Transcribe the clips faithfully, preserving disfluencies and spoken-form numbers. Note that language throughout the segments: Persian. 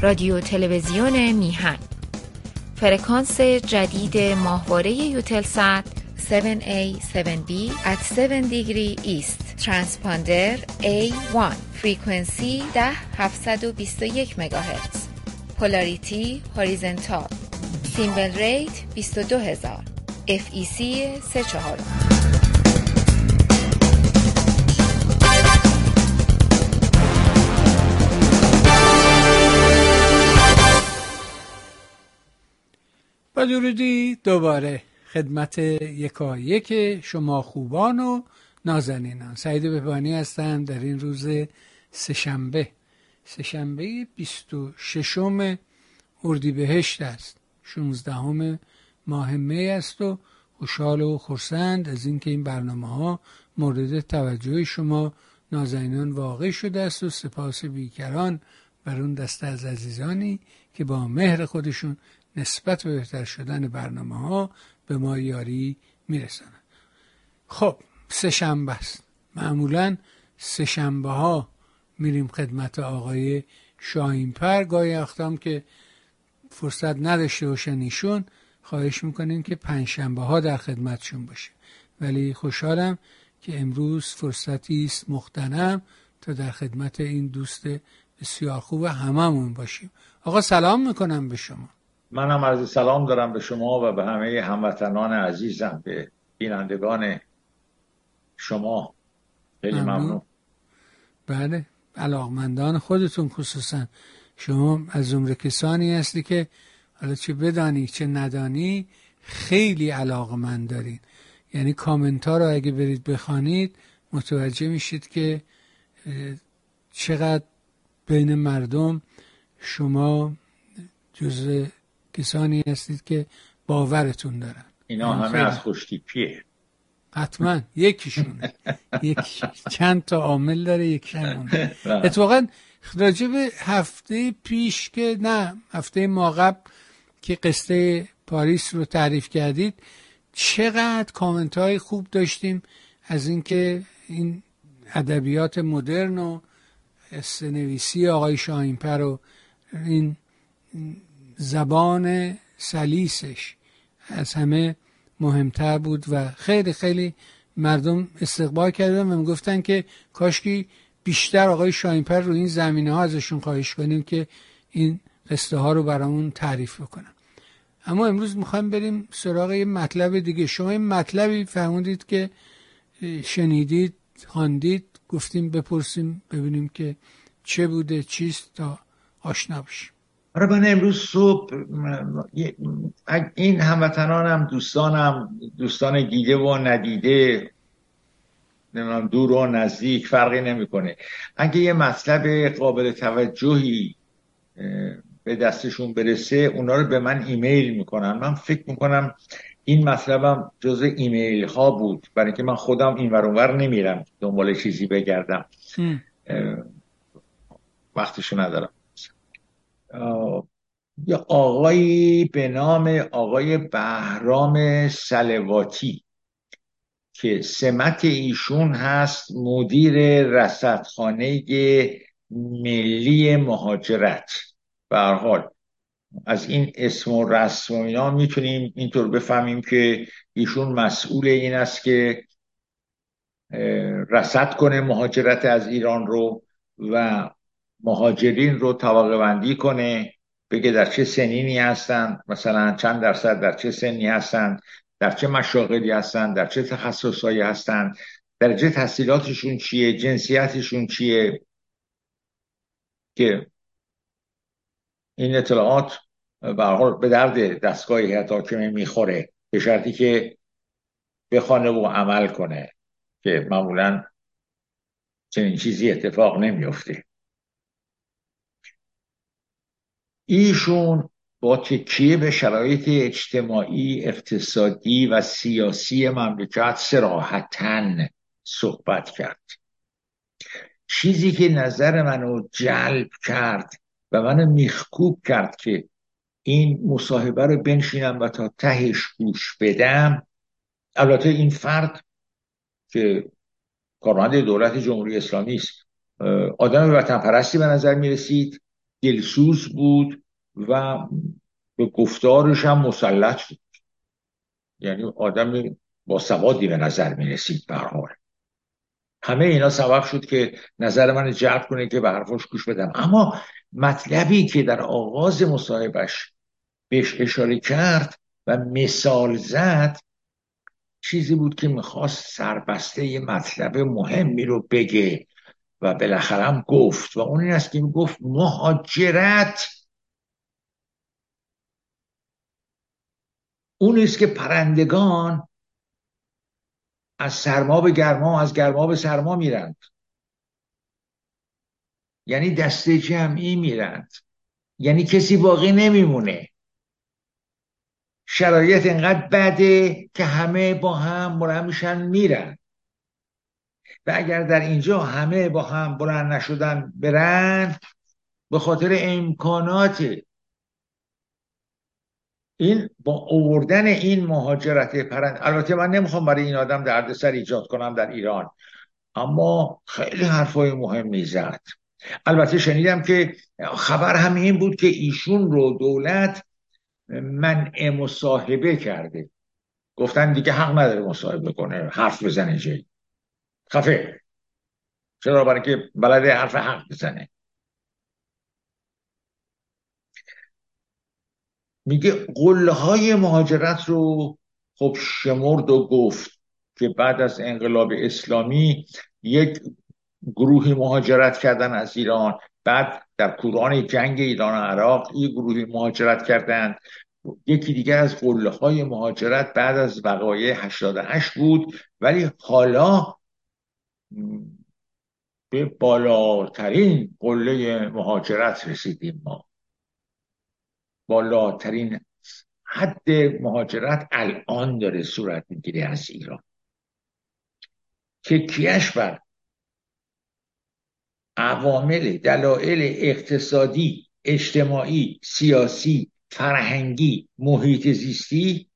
رادیو تلویزیون میهن. فرکانس جدید ماهواره یوتلسات هفت ای هفت بی at هفت دیگری ایست، ترانسپاندر ای وان، فرکانسی ده هفتصد و بیست و یک مگاهرتز، پولاریتی هوریزونتال، سیمبل ریت بیست و دو هزار، اف ای سی سه چهار. با درودی دوباره خدمت یکایک شما خوبان و نازنینان. سعید بهبانی هستم در این روز سه‌شنبه سه‌شنبه بیست و ششم اردیبهشت است، شانزدهم ماه می است و خوشحال و خرسند از اینکه این برنامه ها مورد توجه شما نازنینان واقع شده است و سپاس بیکران بر اون دسته از عزیزانی که با مهر خودشون نسبت به بهتر شدن برنامه ها به ما یاری میرسند. خب سه شنبه است، معمولا سه شنبه ها میریم خدمت آقای شاهین‌پر. گاهی وقتام که فرصت نداشته باشن ایشون، خواهش میکنیم که پنج شنبه ها در خدمتشون باشه، ولی خوشحالم که امروز فرصتی است مغتنم تا در خدمت این دوست بسیار خوب هممون باشیم. آقا سلام میکنم به شما. من هم عرض سلام دارم به شما و به همه هموطنان عزیزم، به بینندگان شما. خیلی ممنون, ممنون. بله، علاقمندان خودتون خصوصا شما از زمره کسانی هستی که حالا چه بدانی چه ندانی خیلی علاقمند دارین. یعنی کامنت ها رو اگه برید بخوانید متوجه میشید که چقدر بین مردم شما جزء کسانی هستید که باورتون دارن. اینا همه از خوشتیپیه. حتما یکیشونه. یکیش چند تا عامل داره، یکیشونه. اتفاقا راجع به هفته پیش که نه هفته ما قبل که قصه پاریس رو تعریف کردید، چقدر کامنت های خوب داشتیم از اینکه این ادبیات مدرن و قصه نویسی آقای شاهین‌پر و این زبان سلیسش از همه مهمتر بود و خیلی خیلی مردم استقبال کردن و میگفتن که کاشکی بیشتر آقای شاهین‌پر رو این زمینه ها ازشون خواهش کنیم که این قصه ها رو برامون تعریف بکنن. اما امروز میخوایم بریم سراغ یه مطلب دیگه. شما این مطلبی فهمیدید که شنیدید، خواندید، گفتیم بپرسیم ببینیم که چه بوده چیست تا آشنا بشیم. آره، من امروز صبح این هموطنانم، دوستانم، دوستان دیده و ندیده، نمیدونم دور و نزدیک فرقی نمیکنه، اگه یه مطلب قابل توجهی به دستشون برسه اونا رو به من ایمیل میکنن. من فکر میکنم این مطلبم جز ایمیل ها بود، برای که من خودم این ور اون ور نمیرم دنبال چیزی بگردم، وقتشو ندارم. یه آقایی به نام آقای بهرام صلواتی که سمت ایشون هست مدیر رصدخانه ملی مهاجرت. به هر حال از این اسم و رسم و اینا میتونیم اینطور بفهمیم که ایشون مسئول این است که رصد کنه مهاجرت از ایران رو و مهاجرین رو طبقه بندی کنه، بگه در چه سنینی هستن، مثلا چند درصد در چه سنی هستن، در چه مشاغلی هستن، در چه تخصصایی هستن، درجه تحصیلاتشون چیه، جنسیتشون چیه، که این اطلاعات به هر حال به درد دستگاه هیئت حاکمه میخوره، به شرطی که بخونه و عمل کنه، که معمولا چنین چیزی اتفاق نمیفته. ایشون با تکیه به شرایط اجتماعی، اقتصادی و سیاسی مملکت صراحتاً صحبت کرد. چیزی که نظر منو جلب کرد و منو میخکوب کرد که این مصاحبه رو بنشینم و تا تهش گوش بدم. البته این فرد که کارمند دولت جمهوری اسلامی است، آدم وطن پرستی به نظر میرسید، دلسوز بود و به گفتارش هم مسلط بود، یعنی آدم با سوادی به نظر می رسید. به هر حال همه اینا سبب شد که نظر من جلب کنه که به حرفش گوش بدم. اما مطلبی که در آغاز مصاحبهش بهش اشاره کرد و مثال زد چیزی بود که میخواست سربسته یه مطلب مهمی رو بگه و بالاخره هم گفت، و اون این است که گفت مهاجرت اون است که پرندگان از سرما به گرما، از گرما به سرما میرند، یعنی دسته جمعی میرند، یعنی کسی باقی نمیمونه. شرایط اینقدر بده که همه با هم بلند میشن میرن، و اگر در اینجا همه با هم بلند نشدن برن به خاطر امکانات این با آوردن این مهاجرت پرند. البته من نمیخوام برای این آدم دردسر ایجاد کنم در ایران، اما خیلی حرفای مهمی زد. البته شنیدم که خبر هم این بود که ایشون رو دولت منع مصاحبه کرده، گفتن دیگه حق نداره مصاحبه کنه، حرف بزنه جایی خفه. چرا؟ برای که بلده حرف حق بزنه. میگه قله های مهاجرت رو خب شمرد و گفت که بعد از انقلاب اسلامی یک گروهی مهاجرت کردن از ایران، بعد در کوران جنگ ایران و عراق یک گروهی مهاجرت کردن، یکی دیگر از قله های مهاجرت بعد از وقایع هشتاد و هشت بود. ولی حالا به بالاترین قله مهاجرت رسیدیم، ما بالاترین حد مهاجرت الان داره صورت میگیره از ایران، که کیش بر عوامل دلایل اقتصادی، اجتماعی، سیاسی، فرهنگی، محیط زیستی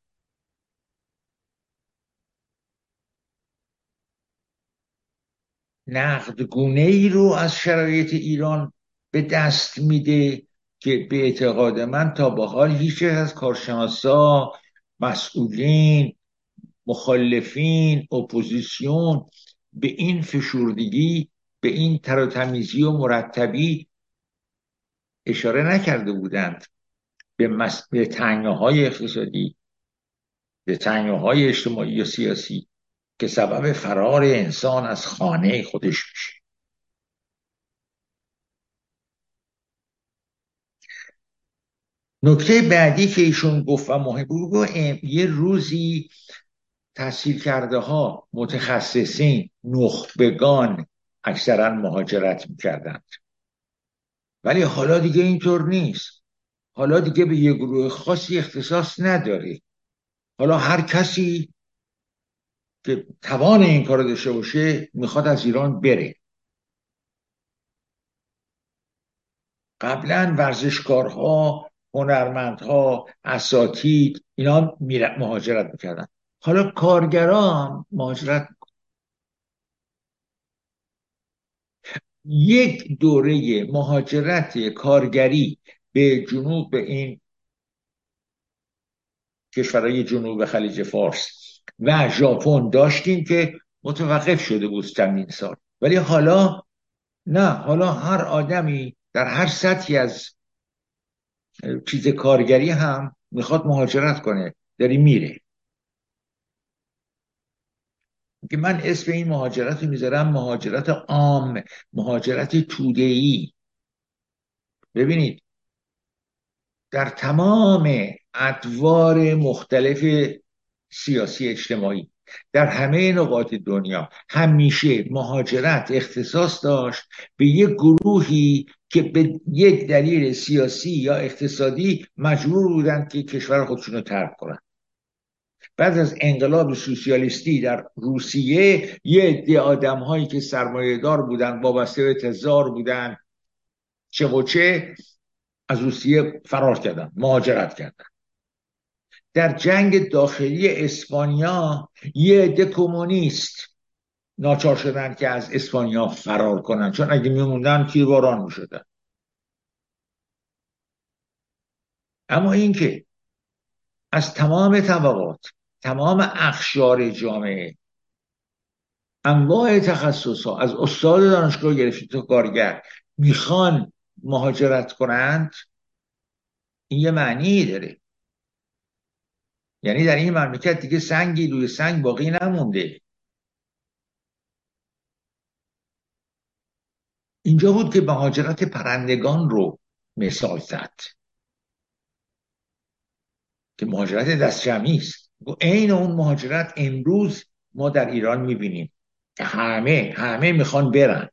نقدگونه ای رو از شرایط ایران به دست میده که به اعتقاد من تا به حال هیچ از کارشناسا، مسئولین، مخالفین، اپوزیسیون به این فشردگی، به این تر و تمیزی و مرتبی اشاره نکرده بودند. به, مس... به تنگناهای اقتصادی، به تنگناهای اجتماعی و سیاسی که سبب فرار انسان از خانه خودش میشه. نکته بعدی که ایشون گفت و مهم بود، یه روزی تحصیل کرده ها، متخصصین، نخبگان اکثرا مهاجرت میکردند، ولی حالا دیگه اینطور نیست. حالا دیگه به یه گروه خاصی اختصاص نداره. حالا هر کسی که توان این کار داشته باشه میخواد از ایران بره. قبلا ورزشکارها، هنرمندها، اساتید اینا مهاجرت میکردن، حالا کارگران مهاجرت میکنن. یک دوره مهاجرت کارگری به جنوب، به این کشورهای جنوب خلیج فارس و ژاپن داشتیم که متوقف شده بود چندین سال، ولی حالا نه. حالا هر آدمی در هر سطحی از چیز کارگری هم میخواد مهاجرت کنه، داری میره. که من اسم این مهاجرت رو میذارم مهاجرت عام، مهاجرت توده‌ای. ببینید در تمام ادوار مختلف سیاسی اجتماعی در همه نقاط دنیا همیشه مهاجرت اختصاص داشت به یک گروهی که به یک دلیل سیاسی یا اقتصادی مجبور بودند که کشور خودشون رو ترک کنند. بعد از انقلاب سوسیالیستی در روسیه یه عده آدم‌هایی که سرمایه‌دار بودن، وابسته به تزار بودن، چه و چه، از روسیه فرار کردن، مهاجرت کردن. در جنگ داخلی اسپانیا یه عده کمونیست ناچار شدن که از اسپانیا فرار کنن، چون اگه میموندن تیرباران میشدن. اما اینکه از تمام طبقات، تمام اقشار جامعه، انواع تخصص ها، از استاد دانشگاه گرفته تا کارگر، میخوان مهاجرت کنند، این یه معنی داره. یعنی در این مملکت دیگه سنگی روی سنگ باقی نمونده. اینجا بود که مهاجرت پرندگان رو مثال زد که مهاجرت دست جمعی است. عین اون مهاجرت امروز ما در ایران میبینیم که همه همه میخوان برن.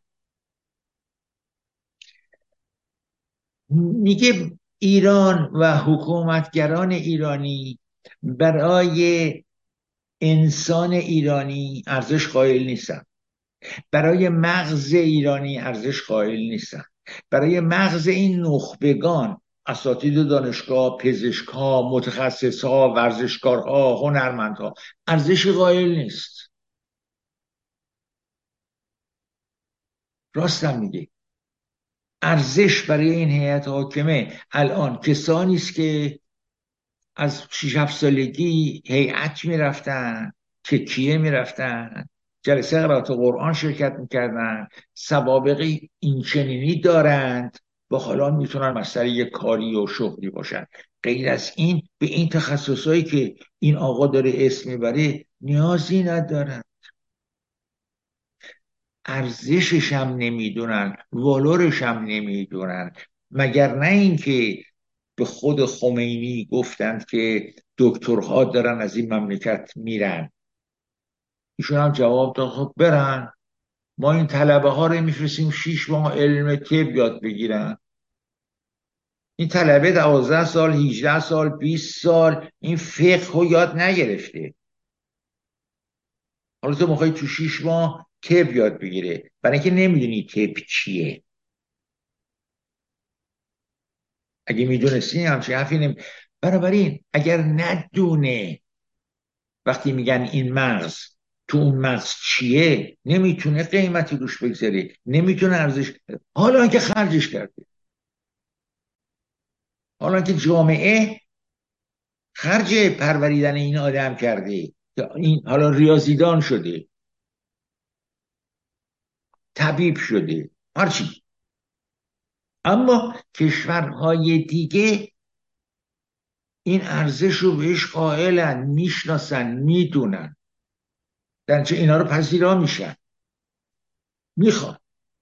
میگه ایران و حکومتگران ایرانی برای انسان ایرانی ارزش قائل نیستن، برای مغز ایرانی ارزش قائل نیستن، برای مغز این نخبگان، اساتید دانشگاه، پزشکها، متخصصها، ورزشکارها، هنرمندها ارزش قائل نیست. راستم میگه. ارزش برای این هیئت حاکمه الان کسانی است که از شش هفت سالگی هیئت میرفتن، تکیه میرفتن، جلسه قرائت قرآن شرکت میکردن، سوابقی این چنینی دارند و حالا میتونن مسئله یک کاری و شغلی باشن. غیر از این به این تخصصهایی که این آقا داره اسم میبره نیازی ندارن. ارزشش هم نمیدونن، والورش هم نمیدونن. مگر نه اینکه به خود خمینی گفتند که دکترها دارن از این مملکت میرن، ایشون هم جواب داد خب برن، ما این طلبه ها رو میفرستیم شیش ماه علم طب یاد بگیرن. این طلبه دوازده سال، هجده سال، بیست سال این فقه رو یاد نگرفته، حالا تو میخوای تو شیش ماه طب یاد بگیره، برای اینکه نمیدونی طب چیه. اگه میدونستی همچه حرفی نمی... بنابراین اگر ندونه وقتی میگن این مغز، تو اون مغز چیه، نمیتونه قیمتی روش بگذاره، نمیتونه ارزش، حالا که خرجش کرده، حالا که جامعه خرج پروریدن این آدم کرده، این حالا ریاضیدان شده، طبیب شده، هرچی. اما کشورهای دیگه این ارزش رو بهش قائلن، میشناسن، میدونن، در چه اینا رو پذیرا میشن، میخوان.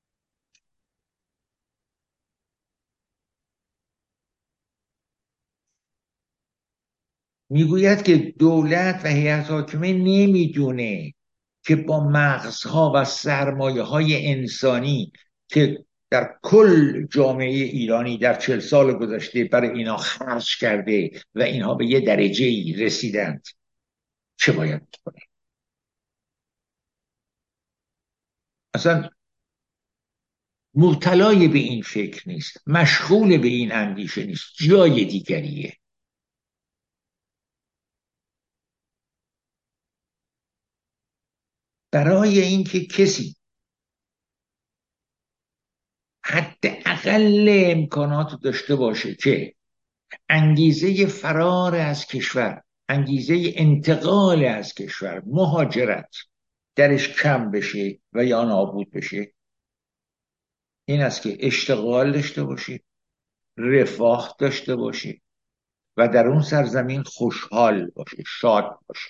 میگوید که دولت و هیئت حاکمه نمیدونه که با مغزها و سرمایه های انسانی که در کل جامعه ایرانی در چل سال گذشته برای اینا خرج کرده و اینها به یه درجه رسیدند چه باید کنه. اصلا مبتلای به این فکر نیست، مشغول به این اندیشه نیست، جای دیگریه. برای اینکه کسی حداقل امکانات داشته باشه که انگیزه فرار از کشور، انگیزه انتقال از کشور، مهاجرت درش کم بشه و یا نابود بشه، این است که اشتغال داشته باشی، رفاه داشته باشی و در اون سرزمین خوشحال باشی، شاد باشی.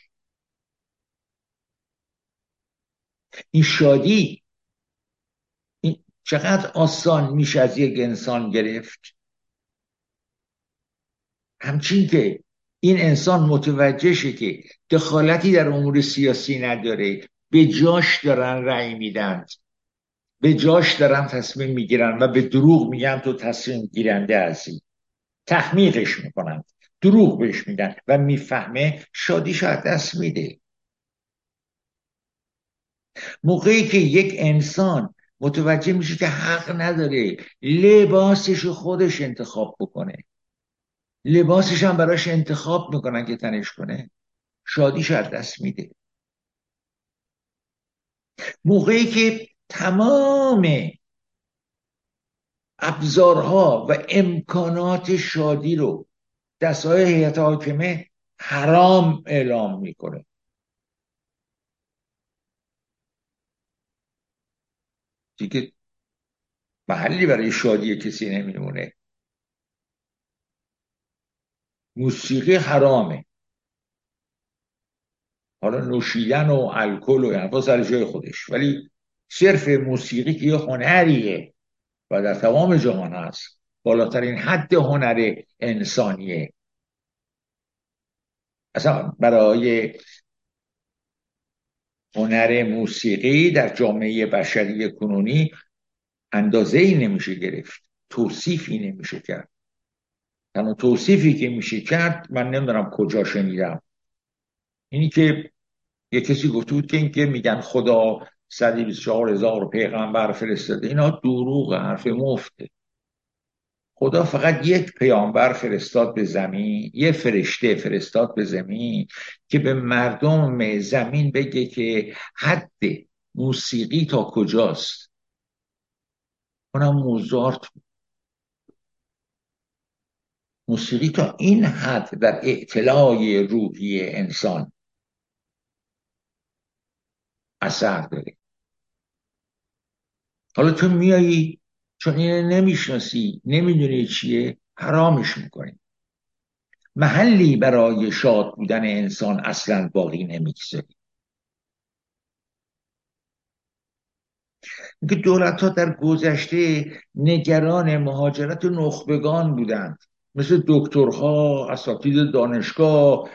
این شادی این چقدر آسان میشه از یک انسان گرفت، همچین که این انسان متوجه شه که دخالتی در امور سیاسی نداره، به جاش دارن رأی میدن، به جاش دارن تصمیم میگیرن و به دروغ میگن تو تصمیم گیرنده هستی، تحمیقش میکنن، دروغ بهش میگن و میفهمه، شادیش از دست میده. موقعی که یک انسان متوجه میشه که حق نداره لباسش خودش انتخاب بکنه، لباسش هم براش انتخاب میکنن که تنش کنه، شادیش از دست میده. موقعی که تمام ابزارها و امکانات شادی رو دستگاه هیئت حاکمه حرام اعلام میکنه. دیگه محلی برای شادی کسی نمیمونه. موسیقی حرامه. حالا نوشیدن و الکل و حرفا سر جای خودش، ولی صرف موسیقی که یه هنریه و در تمام جهان هست، بالاترین حد هنر انسانیه. اصلا برای هنر موسیقی در جامعه بشری کنونی اندازه ای نمیشه گرفت، توصیفی نمیشه کرد. تنها توصیفی که میشه کرد، من نمیدونم کجا شنیدم، اینی که یه کسی گفته بود که این که میگن خدا صد و بیست و چهار هزار پیغمبر فرستاده، اینا دروغ، حرف مفته. خدا فقط یک پیامبر فرستاد به زمین، یه فرشته فرستاد به زمین که به مردم زمین بگه که حد موسیقی تا کجاست. اونم موزارت. موسیقی تا این حد در اطلاع روحی انسان اثر داره. حالا تو میایی چون اینه نمیشناسی، نمیدونی چیه، حرامش میکنی. محلی برای شاد بودن انسان اصلا باقی نمیگذاری. که دولت ها در گذشته نگران مهاجرت نخبگان بودند، مثل دکترها، اساتید دانشگاه،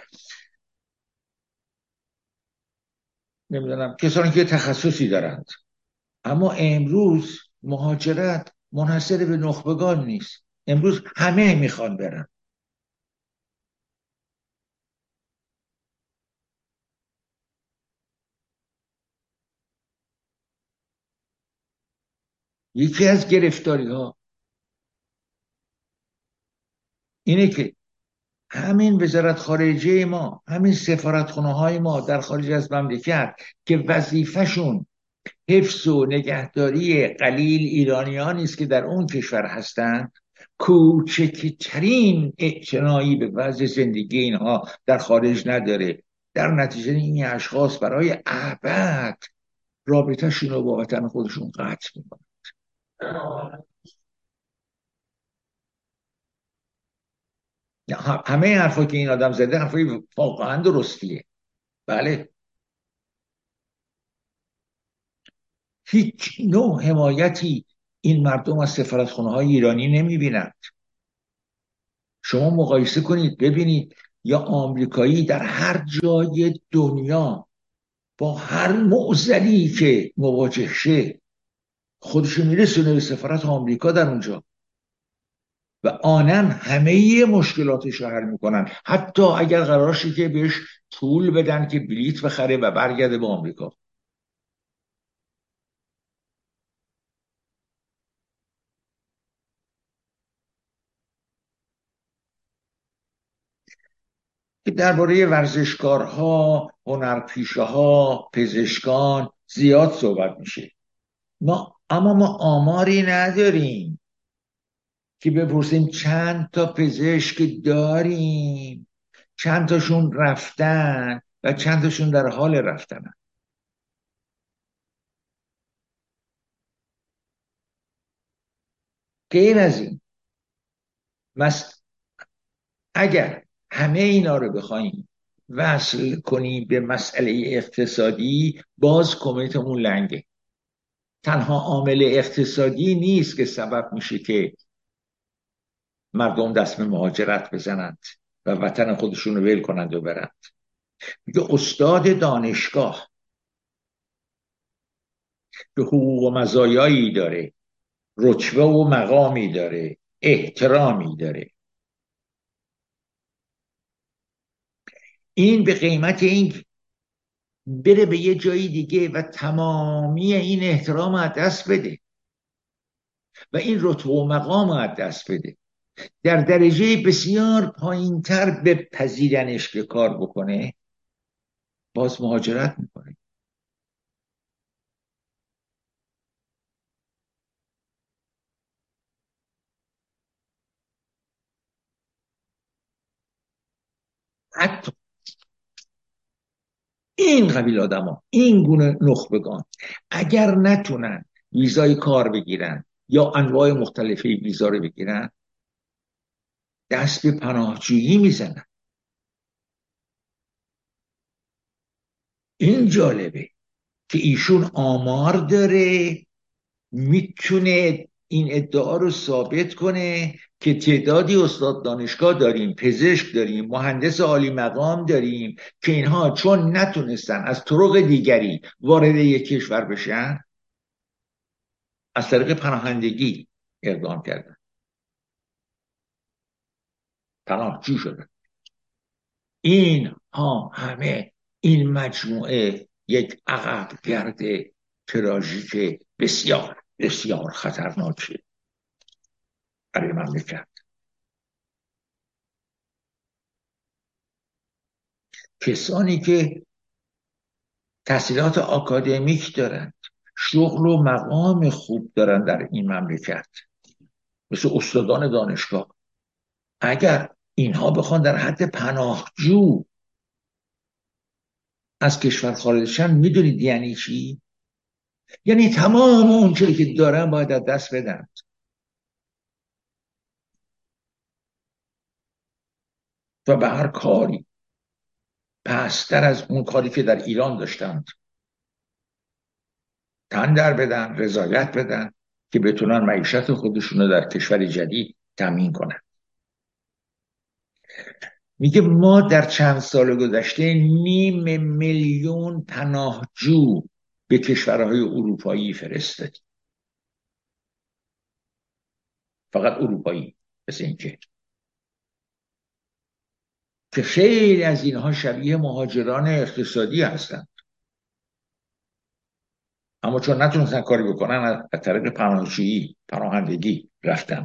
نمیدونم کسانی که تخصصی دارند. اما امروز مهاجرت منحصر به نخبگان نیست. امروز همه میخوان برن. یکی از گرفتاری ها اینه که همین وزارت خارجه ما، همین سفارتخانه های ما در خارج از مملکت که وظیفهشون حفظ و نگهداری قلیل ایرانیانی است که در اون کشور هستند، کوچکترین اعتنایی به وضع زندگی اینها در خارج نداره. در نتیجه این اشخاص برای ابد رابطهشون رو با وطن خودشون قطع میکنن. همه این حرفا که این آدم زده حرفای واقعا درستیه. بله، هیچ نوع حمایتی این مردم از سفارتخانه های ایرانی نمیبینند. شما مقایسه کنید ببینید، یا آمریکایی در هر جای دنیا با هر معضلی که مواجه شه خودشو میرسونه به سفارت آمریکا در اونجا و آنن همه مشکلاتش رو حل میکنن، حتی اگر قرار شه که بهش پول بدن که بلیط بخره و برگرده به آمریکا. که درباره ورزشکارها، هنرپیشه ها، پزشکان زیاد صحبت میشه. ما اما ما آماری نداریم که بپرسیم چند تا پزشک داریم، چند تاشون رفتن و چند تاشون در حال رفتنن. غیر از این، مس... اگر همه اینا رو بخوایم وصل کنیم به مسئله اقتصادی، باز کمیتمون لنگه. تنها عامل اقتصادی نیست که سبب میشه که مردم دست به مهاجرت بزنند و وطن خودشون رو ول کنند و برند. میگه استاد دانشگاه که حقوق و مزایایی داره، رتبه و مقامی داره، احترامی داره، این به قیمت این بره به یه جایی دیگه و تمامی این احترام از دست بده و این رتبه و مقام از دست بده، در درجه بسیار پایینتر به پذیرنش که کار بکنه، باز مهاجرت میکنه. حتی این قبیل آدما، این گونه نخبگان اگر نتونن ویزای کار بگیرن یا انواع مختلفه ویزا رو بگیرن، دست به پناهجویی میزنن. این جالبه که ایشون آمار داره، میتونه این ادعا رو ثابت کنه که تعدادی استاد دانشگاه داریم، پزشک داریم، مهندس عالی مقام داریم که اینها چون نتونستن از طرق دیگری وارد یک کشور بشن، از طریق پناهندگی اقدام کردن، پناهجو شدن. این ها همه، این مجموعه یک عقب گرد تراژیک بسیار بسیار خطرناکه برای مملکت. کسانی که تحصیلات آکادمیک دارند، شغل و مقام خوب دارند در این مملکت، مثل استادان دانشگاه، اگر اینها بخوان در حد پناهجو از کشور خارج شن، میدونید یعنی چی؟ یعنی تمام اون چیزی که دارن باید از دست بدن و به هر کاری پستر از اون کاری که در ایران داشتند تن در بدن، رضایت بدن که بتونن معیشت خودشون رو در کشور جدید تامین کنن. میگه ما در چند سال گذشته نیم میلیون پناهجو به کشورهای اروپایی فرستادیم، فقط اروپایی، مثل اینکه که خیلی از اینها شبیه مهاجران اقتصادی هستند، اما چون نتونستن کاری بکنن از طریق پناهجویی، پناهندگی رفتن.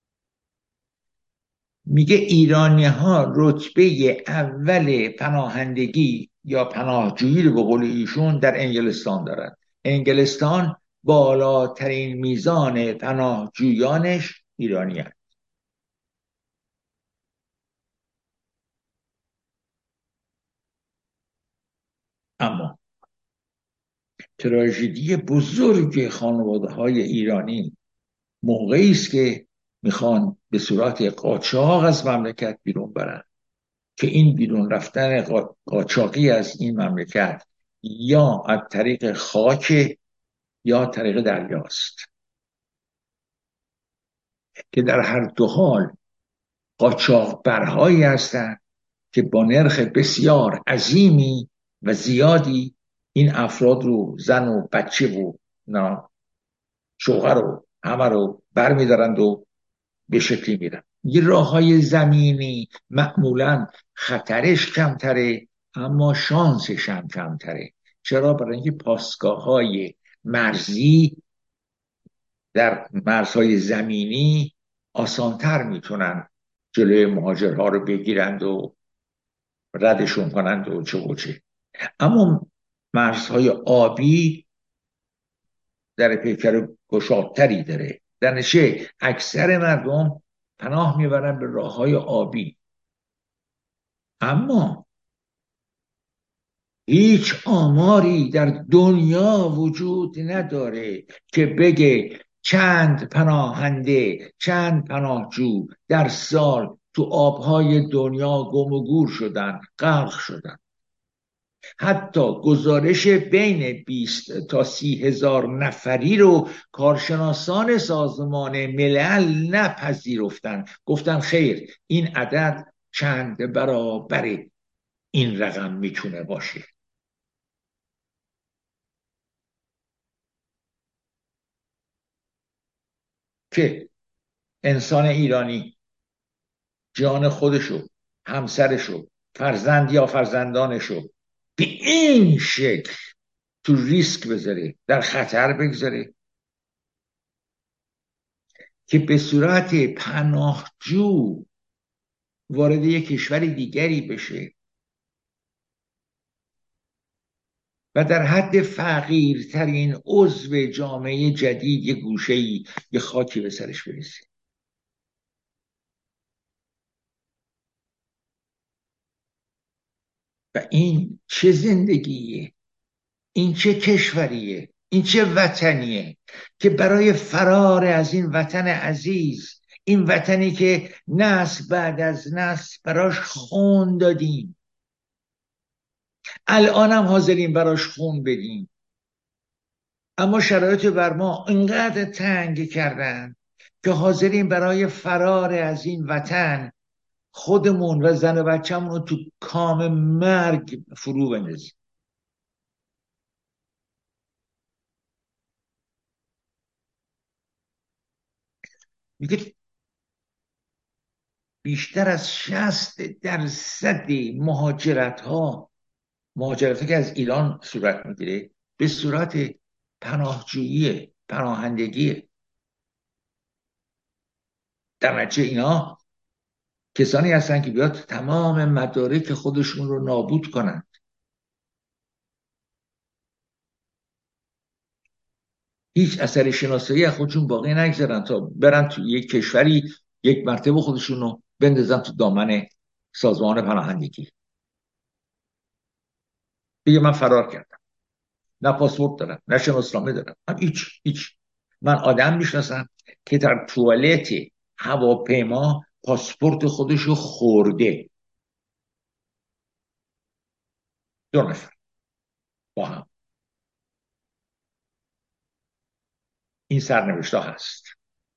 میگه ایرانی ها رتبه اول پناهندگی یا پناهجویی رو به قول ایشون در انگلستان دارد. انگلستان بالاترین میزان پناهجویانش ایرانی هست. اما تراژدی بزرگ خانواده های ایرانی موقعی است که میخوان به صورت قاچاق از مملکت بیرون برن، که این بیرون رفتن قاچاقی از این مملکت یا از طریق خاک یا طریق دریاست، که در هر دو حال قاچاقبرهایی هستند که با نرخ بسیار عظیمی و زیادی این افراد رو، زن و بچه و نه شوهر رو، همه رو بر می دارند و به شکلی میرن. یه راه های زمینی معمولا خطرش کمتره اما شانسش هم کمتره. چرا؟ برای اینکه پاسگاه های مرزی در مرزهای زمینی آسانتر میتونن جلوی مهاجرها رو بگیرند و ردشون کنند و چه و چه. اما مرزهای آبی در پیکر گشادتری داره، در نتیجه اکثر مردم پناه میبرن به راههای آبی. اما هیچ آماری در دنیا وجود نداره که بگه چند پناهنده، چند پناهجو در سال تو آبهای دنیا گم و گور شدن، غرق شدن. حتی گزارش بین بیست تا سی هزار نفری رو کارشناسان سازمان ملل نپذیرفتن، گفتن خیر، این عدد چند برابر این رقم میتونه باشه. که انسان ایرانی جان خودشو، همسرشو، فرزند یا فرزندانشو به این شکل تو ریسک بذاره، در خطر بگذاره، که به صورت پناهجو وارد یک کشور دیگری بشه و در حد فقیرترین عضو جامعه جدید یه گوشه‌ای، یه خاکی به سرش برسه. و این چه زندگیه، این چه کشوریه، این چه وطنیه که برای فرار از این وطن عزیز، این وطنی که نسل بعد از نسل براش خون دادیم، الان هم حاضرین براش خون بدیم، اما شرایط بر ما انقدر تنگ کردن که حاضرین برای فرار از این وطن خودمون و زن و بچه‌مون رو تو کام مرگ فرو بندازیم. میگه بیشتر از شصت درصد مهاجرت ها مهاجرت که از ایران صورت میگیره به صورت پناهجویی، پناهندگی. در نتیجه اینا کسانی هستن که بیاد تمام مدارک خودشون رو نابود کنن. هیچ اثر شناسایی از خودشون باقی نگذارن تا برن تو یک کشوری یک مرتبه خودشون رو بندازن تو دامن سازمان پناهندگی. دیگه من فرار کردم، نه پاسپورت دارم، نه شناسنامه دارم، من هیچ هیچ. من آدم میشناسم که در توالت هواپیما پاسپورت خودشو خورده، دو نفر با هم. این سرنوشت ها هست.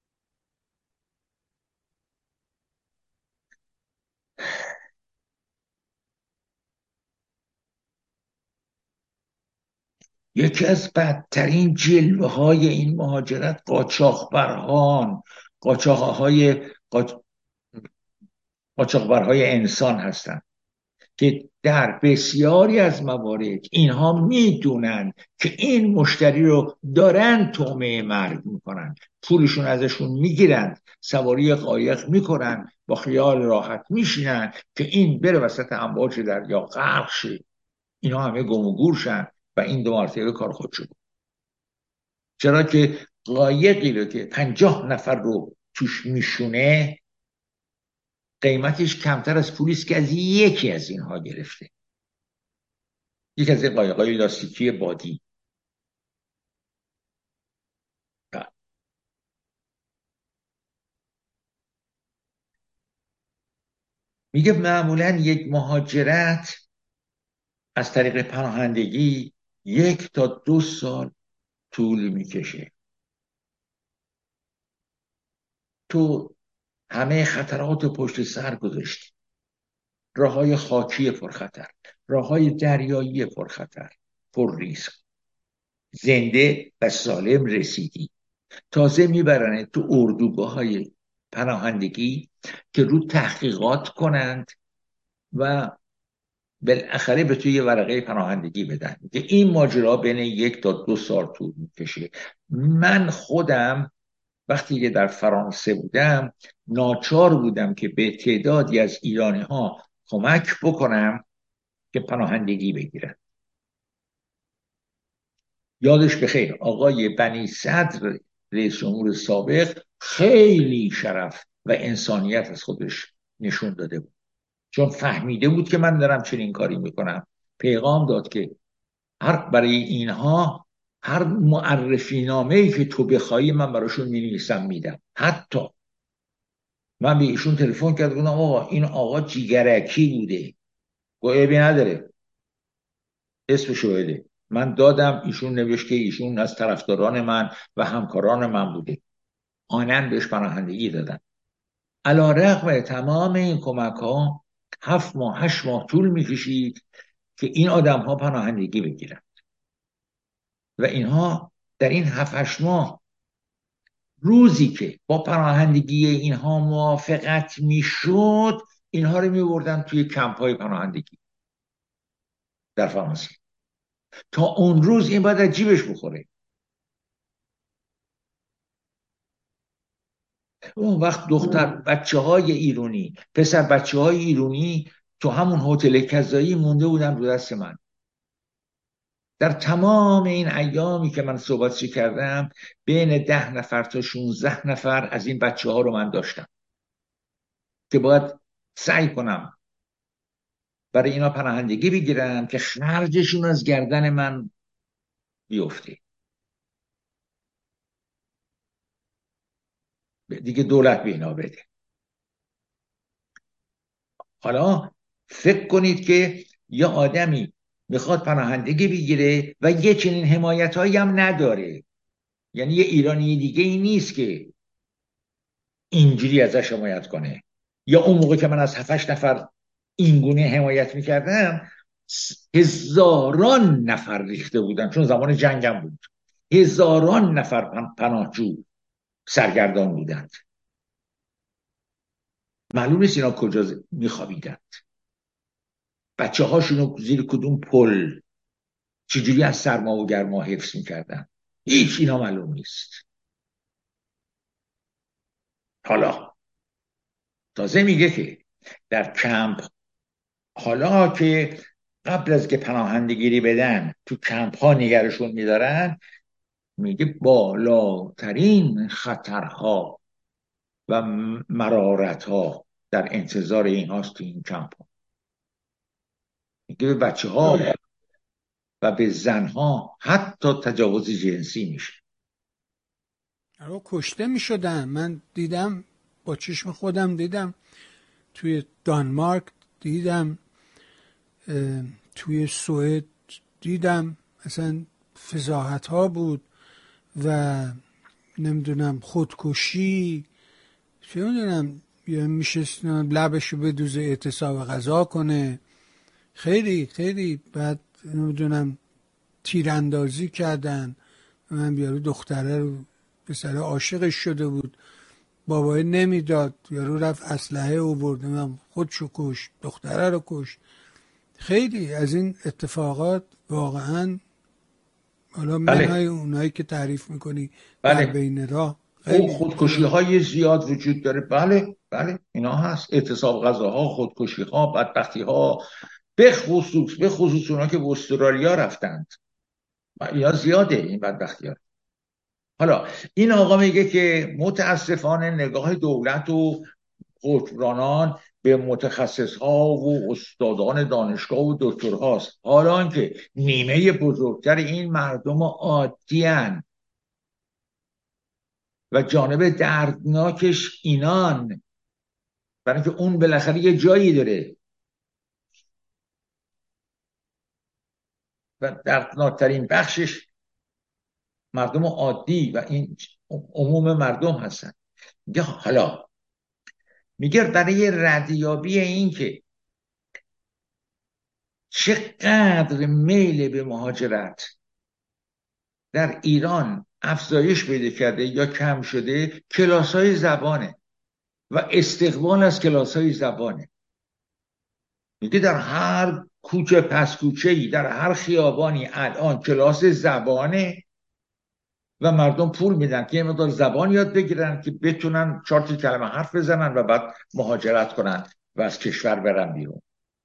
یکی از بدترین جلوه های این مهاجرت قاچاقبران، قاچاقهای قاچ... قاچاقبرهای انسان هستند که در بسیاری از موارد اینها میدونن که این مشتری رو دارن طعمه مرگ میکنن، پولشون ازشون میگیرن، سواری قایق میکنن، با خیال راحت میشینن که این بره وسط امواج دریا غرق شه، اینا همه گم و گور شن و این دو مرتبه کار خودشو بود. چرا که قایقی رو که پنجاه نفر رو توش میشونه قیمتش کمتر از پولیست که از یکی از اینها گرفته، یک از این قایق‌های لاستیکی بادی. میگه معمولا یک مهاجرت از طریق پناهندگی یک تا دو سال طول میکشه. تو همه خطرات پشت سر گذاشتی، راههای خاکی پرخطر، راههای دریایی پرخطر، پر ریسک، زنده و سالم رسیدی. تازه میبرن تو اردوگاه‌های پناهندگی که رو تحقیقات کنند و بالاخره به توی یه ورقه پناهندگی بدن که این ماجرا بین یک تا دو سال طول میکشه. من خودم وقتی که در فرانسه بودم ناچار بودم که به تعدادی از ایرانی ها کمک بکنم که پناهندگی بگیرن. یادش بخیر آقای بنی صدر رئیس جمهور سابق خیلی شرف و انسانیت از خودش نشون داده بود، چون فهمیده بود که من دارم چنین کاری میکنم. پیغام داد که هر برای اینها هر معرفی نامه‌ای که تو بخوای من براشون می‌نویسم میدم. حتی من به ایشون تلفن کردم گفتم آقا این آقا جیگرکی بوده، گویبی نداره، اسمشو بده. من دادم، ایشون نوشت که ایشون از طرفداران من و همکاران من بوده، آنن بهش پناهندگی دادن. علی‌رغم تمام این کمک ها هفت ماه هشت ماه طول میکشید که این آدم ها پناهندگی بگیرن و اینها در این هفت هشت ماه روزی که با پناهندگی اینها موافقت میشد اینها رو میبردن توی کمپ های پناهندگی در فرانسه. تا اون روز این باید از جیبش بخوره. اون وقت دختر بچه های ایرانی، پسر بچه های ایرانی تو همون هتل کذایی مونده بودن رو دست من. در تمام این ایامی که من صحبتش کردم بین ده نفر تا شونزده نفر از این بچه ها رو من داشتم که باید سعی کنم برای اینا پناهندگی بگیرم که خرجشون از گردن من بیفته. دیگه دولت به اینا بده. حالا فکر کنید که یه آدمی میخواد پناهندگی بگیره و یه چنین حمایت هایی هم نداره، یعنی یه ایرانی دیگه ای نیست که اینجوری ازش حمایت کنه. یا اون موقع که من از هفتش نفر اینگونه حمایت میکردم، هزاران نفر ریخته بودن، چون زمان جنگم بود، هزاران نفر پناهجو سرگردان بودند. معلوم نیست اینا کجا میخوابیدند، بچه هاشونو زیر کدوم پل چجوری از سرما و گرما حفظ میکردن، هیچ اینا معلوم نیست. حالا تازه میگه که در کمپ، حالا که قبل از که پناهندگی بدن تو کمپ ها نگرشون میدارن، میگه بالاترین خطرها و مرارتها در انتظار این هاست تو این کمپ ها. میگه به بچه ها و به زن ها حتی تجاوز جنسی میشه. رو کشته میشدن. من دیدم، با چشم خودم دیدم، توی دانمارک دیدم، توی سوئد دیدم، اصلا فضاحت ها بود و نمیدونم خودکشی، چه میدونم، یا میشه لبشو بدوزه اعتصاب غذا کنه، خیلی خیلی. بعد نمیدونم تیراندازی کردن. من بیارو دختره رو، پسر عاشقش شده بود، بابای نمیداد، یارو رفت اسلحه آورد، من خودشو کشت، دختره رو کشت. خیلی از این اتفاقات واقعا، حالا منهای اونایی که تعریف میکنی بله. در بین راه، او خودکشی های زیاد وجود داره. بله بله اینا هست، اعتصاب غذاها، خودکشی ها، بدبختی ها، به خصوص به خصوص اونا که به استرالیا رفتند، اینا زیاده این بدبختی ها. حالا این آقا میگه که متاسفانه نگاه دولت و حکمرانان به متخصص ها و استادان دانشگاه و دکترهاست، حالا که نیمه بزرگتر این مردم عادی هن و جانب دردناکش اینان، برای که اون بالاخره یه جایی داره و دردناکترین بخشش مردم عادی و این عموم مردم هستن. میگه حالا میگه برای ردیابی این که چقدر میل به مهاجرت در ایران افزایش پیدا کرده یا کم شده، کلاس‌های زبانه و استقبال از کلاس‌های زبانه. میگه در هر کوچه پس کوچه‌ای، در هر خیابانی الان کلاس زبانه و مردم پول میدن که یه مقدار زبان یاد بگیرن که بتونن چهار تا کلمه حرف بزنن و بعد مهاجرت کنن و از کشور برن بیرون.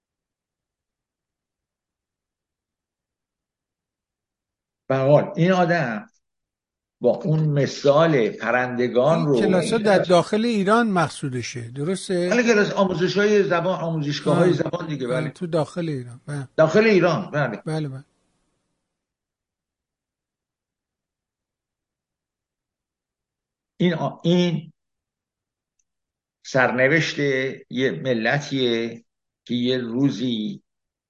به هر حال این آدم با اون مثال پرندگان رو، کلاس ها در داخل ایران مقصودشه، درسته؟ بله کلاس آموزش های زبان، آموزشگاه های زبان دیگه. بله تو داخل ایران. بله. داخل ایران. بله بله بله. این آ... این سرنوشت یه ملتیه که یه روزی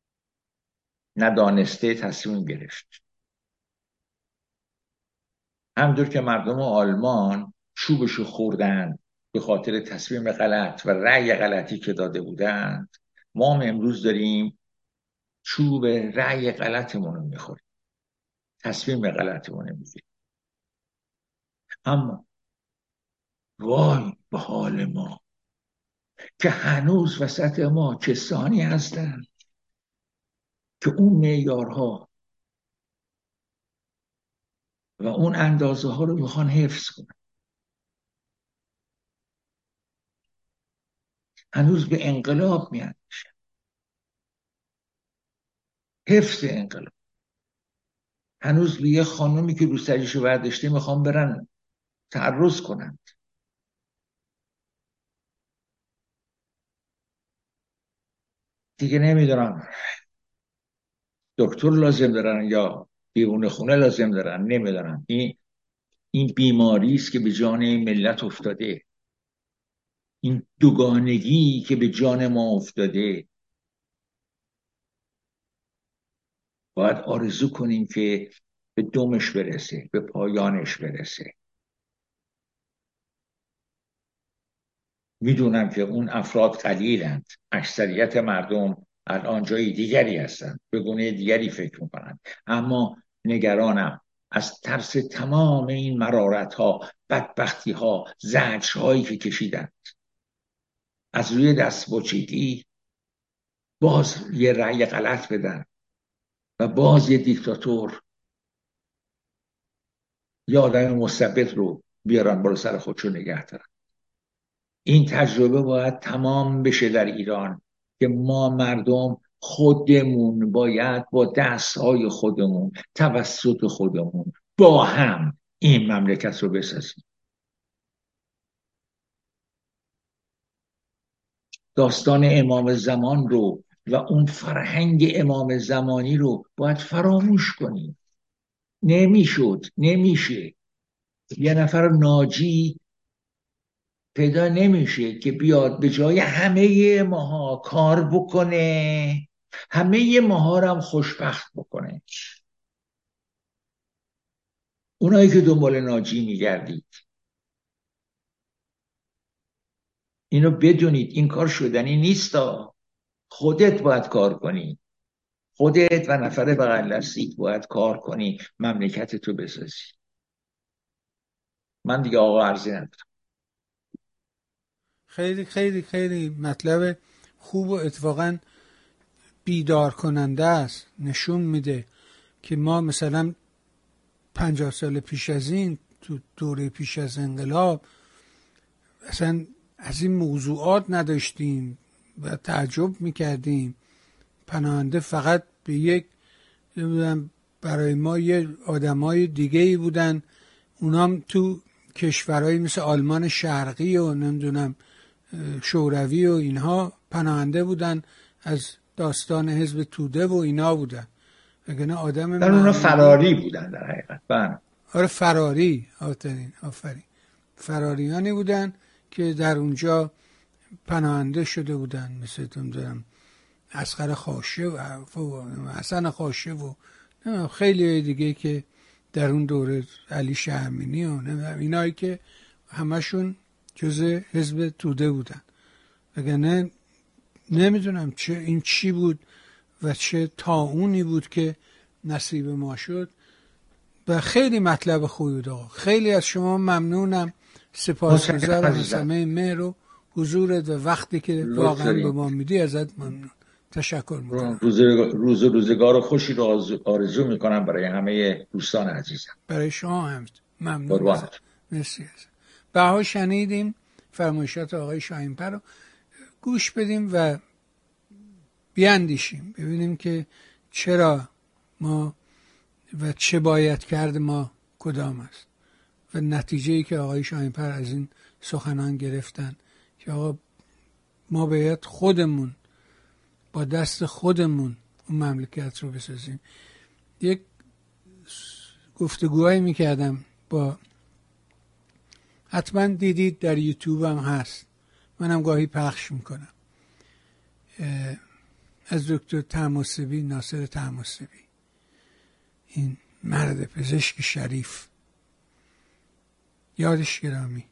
ندانسته تصمیم گرفت، همدور که مردم آلمان چوبشو خوردن به خاطر تصمیم غلط و رأی غلطی که داده بودند، ما هم امروز داریم چوب رأی غلطمون رو میخوریم، تصمیم غلطمون رو میگیریم. اما وای به حال ما که هنوز وسط ما کسانی هستن که اون معیارها و اون اندازه ها رو میخوان حفظ کنن، هنوز به انقلاب میاندیشن، حفظ انقلاب، هنوز به یه خانومی که رو سرشو برداشته میخوان برن تعرض کنند. دیگه نمیدونم دکتر لازم دارن یا بیرون خونه لازم دارن، نمیدونم. این این بیماری است که به جان ملت افتاده، این دوگانگی که به جان ما افتاده. باید آرزو کنیم که به دومش برسه، به پایانش برسه. میدونم که اون افراد قلیلند، اکثریت مردم الان جای دیگری هستند، به گونه دیگری فکر میکنند، اما نگرانم از ترس تمام این مرارت ها، بدبختی ها، زجر هایی که کشیدند، از روی دستباچگی باز یه رأی غلط بدن و باز یه دیکتاتور یا آدم مستبد رو بیارن بالا سر خودشو نگه دارن. این تجربه باید تمام بشه در ایران که ما مردم خودمون باید با دستهای خودمون، توسط خودمون، با هم این مملکت رو بسازیم. داستان امام زمان رو و اون فرهنگ امام زمانی رو باید فراموش کنیم. نمیشد، نمیشه. یه نفر ناجی پیدا نمیشه که بیاد به جای همه ماها کار بکنه، همه ماها رو هم خوشبخت بکنه. اونایی که دنبال ناجی میگردید، اینو بدونید این کار شدنی نیستا. خودت باید کار کنی، خودت و نفر بغل دستیت باید کار کنی، مملکت تو بسازی. من دیگه آقا عرضی ندارم. خیلی خیلی خیلی مطلب خوب و اتفاقا بیدار کننده است. نشون میده که ما مثلا پنجاه سال پیش از این، تو دوره پیش از انقلاب، اصلا از این موضوعات نداشتیم و تعجب میکردیم. پناهنده فقط به یک، نمیدونم، برای ما یه آدمای دیگه ای بودن، اونام تو کشورهایی مثل آلمان شرقی و نمیدونم شوروی و اینها پناهنده بودن، از داستان حزب توده و اینا بودن. وگرنه آدم در اونها فراری بودن در حقیقت. بله. آره فراری. آفرین آفرین. فراریانی بودن که در اونجا پناهنده شده بودن، مثل نمیدونم اصغر خاشه و حسن خاشه و خیلی دیگه که در اون دوره، علی شهرمینی و نمیدونم اینایی که همشون جزء حزب توده بودن. وگرنه نمیدونم چه این چی بود و چه طاعونی بود که نصیب ما شد. و خیلی مطلب خوبی بود آقا. خیلی از شما ممنونم، سپاسگزارم از همه مهر و حضورت و وقتی که واقعا به ما میدی. ازت ممنون، تشکر میکنم. روز روز روزگار خوشی رو آرزو میکنم برای همه دوستان عزیزم. برای شما هم ممنون. مرسی. بها شنیدیم فرمایشات آقای شاهین‌پر رو، گوش بدیم و بیاندیشیم، ببینیم که چرا ما و چه باید کرد ما کدام است. و نتیجه‌ای که آقای شاهین‌پر از این سخنان گرفتن که آقا ما باید خودمون با دست خودمون اون مملکت رو بسازیم. یک گفتگوهایی میکردم با، حتما دیدید در یوتیوب هم هست، منم گاهی پخش میکنم، از دکتر طهماسبی، ناصر طهماسبی، این مرد پزشک شریف، یادش گرامی.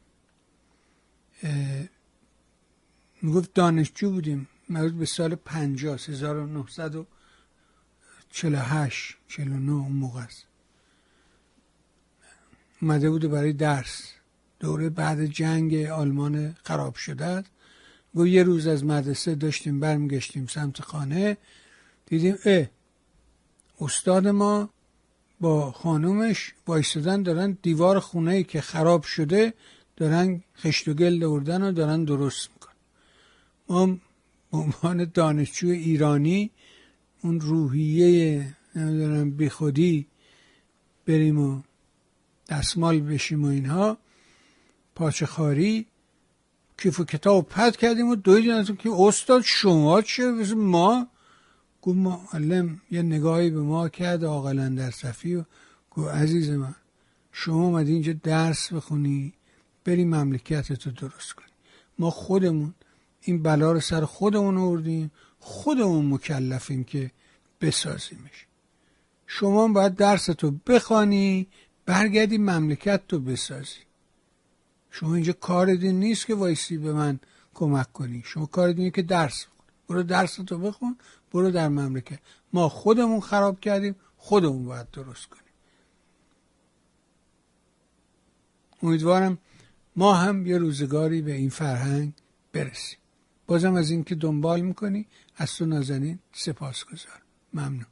میگفت دانشجو بودیم، مربوط به سال پنجاه، هزار و نهصد و چهل و هشت چهل و نه اون موقع است. اومده بوده برای درس، دوره بعد جنگ آلمان خراب شده است. گفت یه روز از مدرسه داشتیم برمیگشتیم سمت خانه، دیدیم اه استاد ما با خانومش وایستادن دارن دیوار خونه‌ای که خراب شده دارن خشت و گل آوردن و دارن درست میکنن. ما به عنوان دانشجو ایرانی اون روحیه نمیدونم بی خودی بریم و دستمال بشیم و اینها، پاچه خاری، کیف و کتاب پد کردیم و دویدیم از اون که استاد شما چه بس ما. گفت معلم یه نگاهی به ما کرد عاقل اندرصفی و گفت عزیز من شما اومدی اینجا درس بخونی بری مملکتتو درست کنی. ما خودمون این بلا رو سر خودمون آوردیم، خودمون مکلفیم که بسازیمش. شما باید درستو بخوانی برگردی مملکت تو بسازی. شما اینجا کار دین نیست که وایسی به من کمک کنی، شما کار دینه که درس بخون. برو درستو بخون، برو در مملکت. ما خودمون خراب کردیم، خودمون باید درست کنیم. امیدوارم ما هم یه روزگاری به این فرهنگ برسیم. بازم از این که دنبال میکنی از تو نازنین سپاس گذارم. ممنون.